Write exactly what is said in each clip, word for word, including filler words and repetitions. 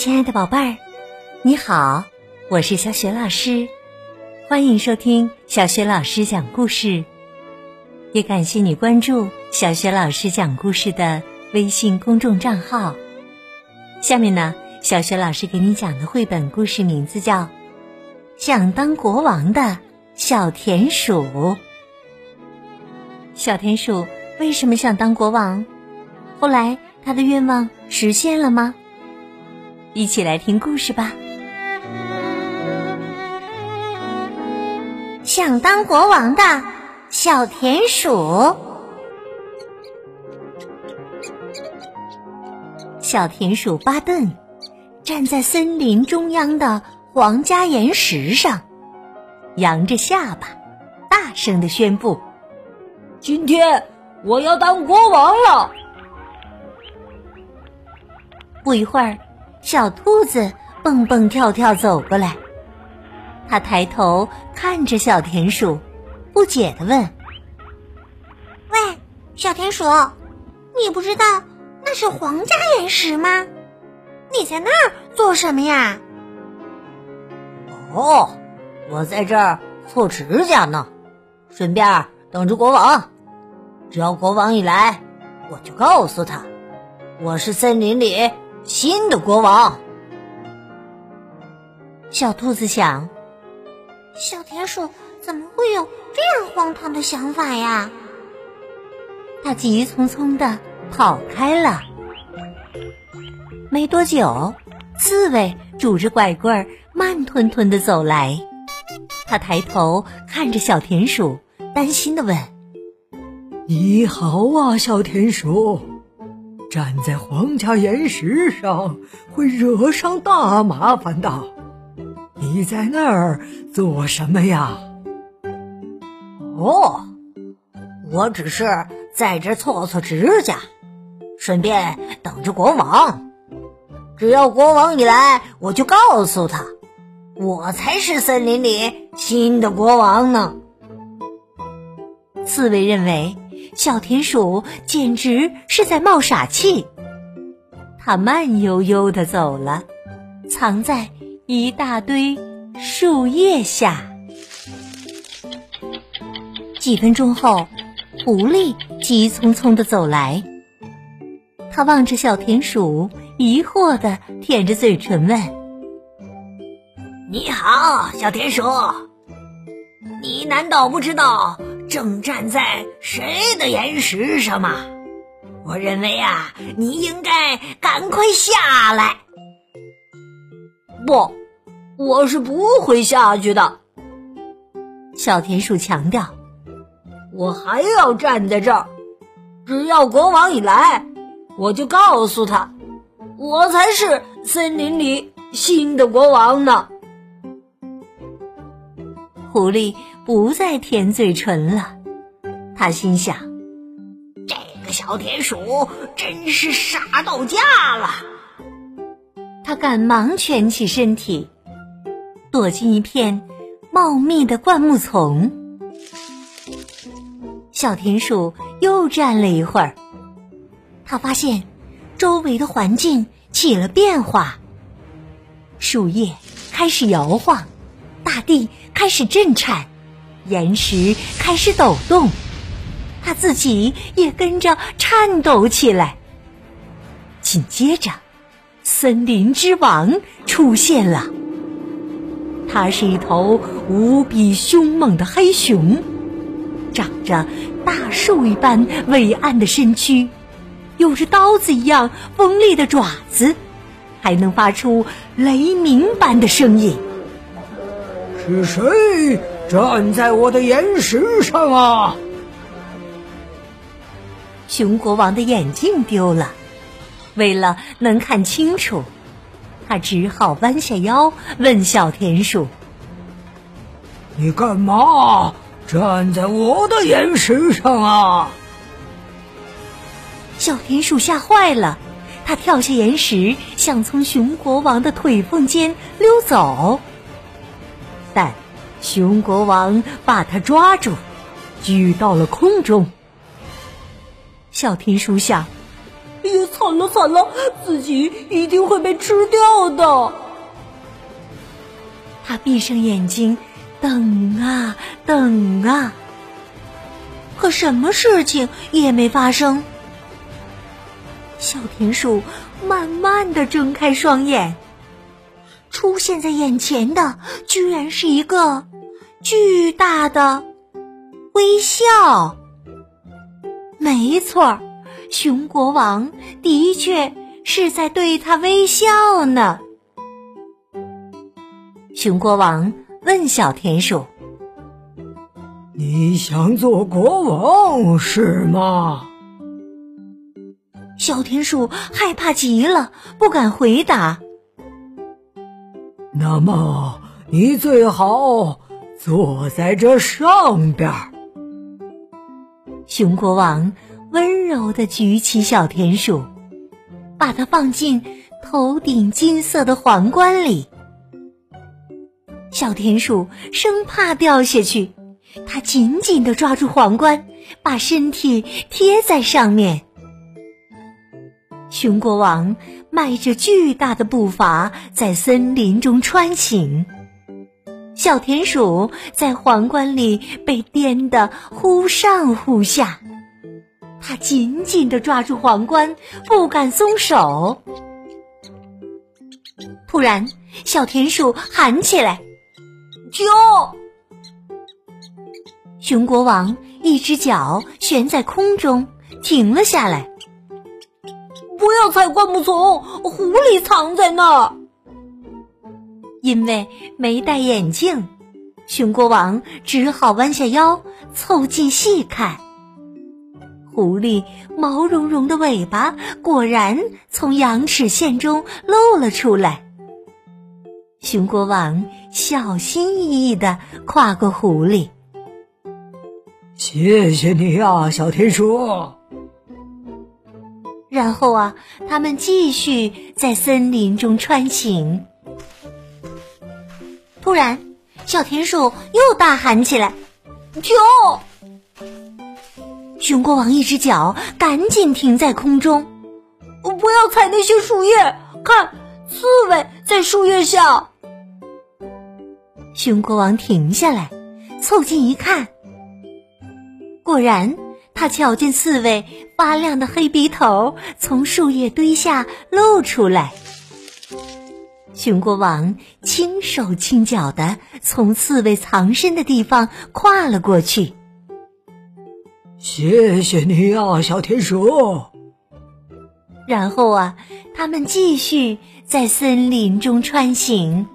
亲爱的宝贝儿，你好，我是小雪老师，欢迎收听小雪老师讲故事，也感谢你关注小雪老师讲故事的微信公众账号。下面呢，小雪老师给你讲的绘本故事名字叫《想当国王的小田鼠》。小田鼠为什么想当国王？后来他的愿望实现了吗？一起来听故事吧。想当国王的小田鼠。小田鼠巴顿站在森林中央的皇家岩石上，扬着下巴，大声地宣布： 今天我要当国王了。 不一会儿，小兔子蹦蹦跳跳走过来，他抬头看着小田鼠，不解地问：喂，小田鼠，你不知道那是皇家岩石吗？你在那儿做什么呀？ 哦，我在这儿做指甲呢，顺便等着国王。只要国王一来，我就告诉他，我是森林里新的国王。 小兔子想，小田鼠怎么会有这样荒唐的想法呀？它急匆匆地跑开了。没多久，刺猬拄着拐棍慢吞吞地走来，他抬头看着小田鼠，担心地问： 你好啊，小田鼠，站在皇家岩石上会惹上大麻烦的，你在那儿做什么呀？ 哦，我只是在这搓搓指甲，顺便等着国王。只要国王一来，我就告诉他，我才是森林里新的国王呢。 刺猬认为小田鼠简直是在冒傻气，它慢悠悠地走了，藏在一大堆树叶下。几分钟后，狐狸急匆匆地走来，他望着小田鼠，疑惑地舔着嘴唇问： 你好，小田鼠，你难道不知道正站在谁的岩石上吗？我认为啊，你应该赶快下来。不，我是不会下去的。 小田鼠强调， 我还要站在这儿，只要国王一来，我就告诉他，我才是森林里新的国王呢。 狐狸不再舔嘴唇了，他心想， 这个小田鼠真是傻到家了。 他赶忙蜷起身体，躲进一片茂密的灌木丛。小田鼠又站了一会儿，他发现周围的环境起了变化，树叶开始摇晃，大地开始震颤，岩石开始抖动，他自己也跟着颤抖起来。紧接着，森林之王出现了，它是一头无比凶猛的黑熊，长着大树一般伟岸的身躯，有着刀子一样锋利的爪子，还能发出雷鸣般的声音。 是谁站在我的岩石上啊？ 熊国王的眼镜丢了，为了能看清楚，他只好弯下腰问小田鼠： 你干嘛站在我的岩石上啊？ 小田鼠吓坏了，他跳下岩石，想从熊国王的腿缝间溜走，但熊国王把他抓住，举到了空中。小田鼠想， 也惨了惨了，自己一定会被吃掉的。 他闭上眼睛，等啊等啊，可什么事情也没发生。小田鼠慢慢地睁开双眼，出现在眼前的居然是一个巨大的微笑。没错，熊国王的确是在对他微笑呢。熊国王问小田鼠： 你想做国王是吗？ 小田鼠害怕极了，不敢回答。 那么你最好坐在这上边。 熊国王温柔地举起小田鼠，把它放进头顶金色的皇冠里。小田鼠生怕掉下去，它紧紧地抓住皇冠，把身体贴在上面。熊国王迈着巨大的步伐在森林中穿行，小田鼠在皇冠里被颠得忽上忽下，它紧紧地抓住皇冠，不敢松手。突然，小田鼠喊起来： 停！ 熊国王一只脚悬在空中，停了下来。 不要采灌木丛，狐狸藏在那儿。 因为没戴眼镜，熊国王只好弯下腰凑近细看。狐狸毛茸茸的尾巴果然从羊齿线中露了出来。熊国王小心翼翼地跨过狐狸。 谢谢你啊，小田鼠。 然后啊，他们继续在森林中穿行。突然，小田鼠又大喊起来： 停！ 熊国王一只脚赶紧停在空中。 不要踩那些树叶，看，刺猬在树叶下。 熊国王停下来，凑近一看，果然他瞧见刺猬发亮的黑鼻头从树叶堆下露出来。熊国王轻手轻脚地从刺猬藏身的地方跨了过去。 谢谢你啊，小田鼠。 然后啊，他们继续在森林中穿行。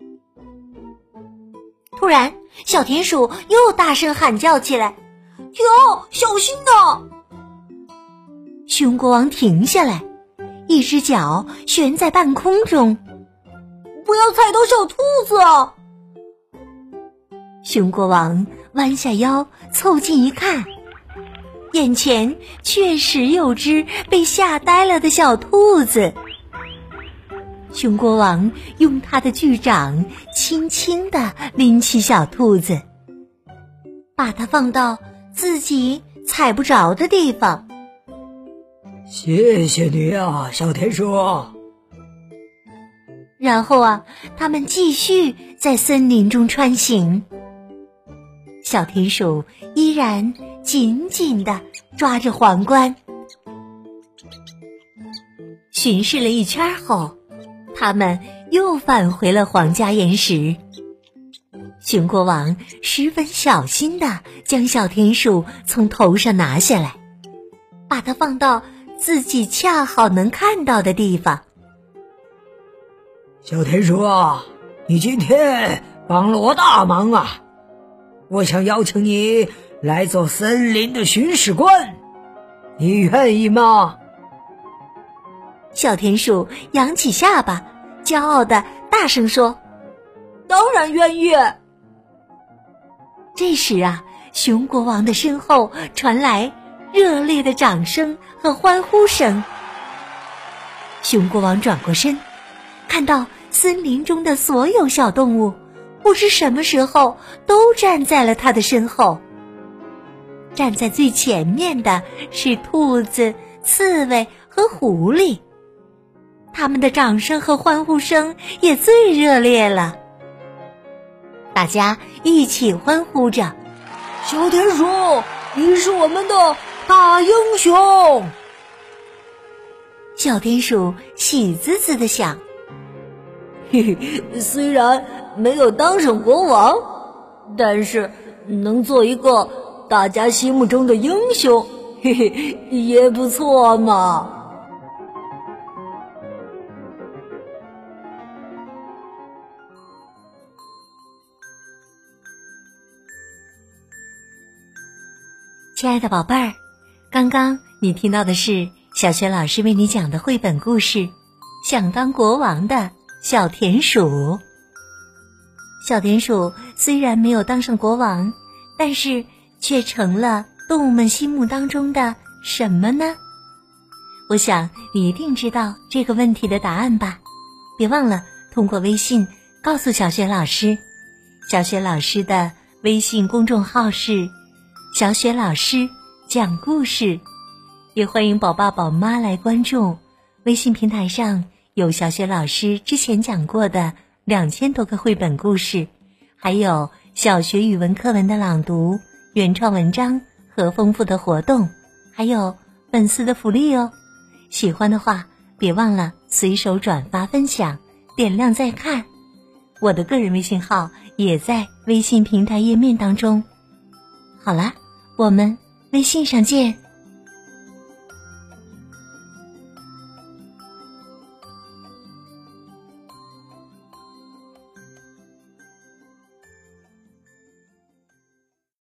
突然，小田鼠又大声喊叫起来： 停！小心的！ 熊国王停下来，一只脚悬在半空中。 不要踩到小兔子啊！ 熊国王弯下腰凑近一看，眼前确实有只被吓呆了的小兔子。熊国王用他的巨掌轻轻地拎起小兔子，把它放到自己踩不着的地方。 谢谢你啊，小田鼠。 然后啊，他们继续在森林中穿行。小田鼠依然紧紧地抓着皇冠。巡视了一圈后，他们又返回了皇家岩石。熊国王十分小心地将小田鼠从头上拿下来，把它放到自己恰好能看到的地方。 小田鼠啊，你今天帮了我大忙啊！我想邀请你来做森林的巡视官，你愿意吗？ 小田鼠扬起下巴，骄傲地大声说： 当然愿意。 这时啊，熊国王的身后传来热烈的掌声和欢呼声。熊国王转过身，看到森林中的所有小动物不知什么时候都站在了他的身后。站在最前面的是兔子、刺猬和狐狸。他们的掌声和欢呼声也最热烈了，大家一起欢呼着： 小田鼠，你是我们的大英雄！ 小田鼠喜滋滋地想， 嘿嘿，虽然没有当上国王，但是能做一个大家心目中的英雄，嘿嘿，也不错嘛。 亲爱的宝贝儿，刚刚你听到的是小学老师为你讲的绘本故事《想当国王的小田鼠》。小田鼠虽然没有当上国王，但是却成了动物们心目当中的什么呢？我想你一定知道这个问题的答案吧。别忘了通过微信告诉小雪老师，小雪老师的微信公众号是小雪老师讲故事，也欢迎宝爸宝妈来关注。微信平台上有小雪老师之前讲过的两千多个绘本故事，还有小学语文课文的朗读、原创文章和丰富的活动，还有粉丝的福利哦。喜欢的话别忘了随手转发分享，点亮再看。我的个人微信号也在微信平台页面当中。好啦，我们微信上见。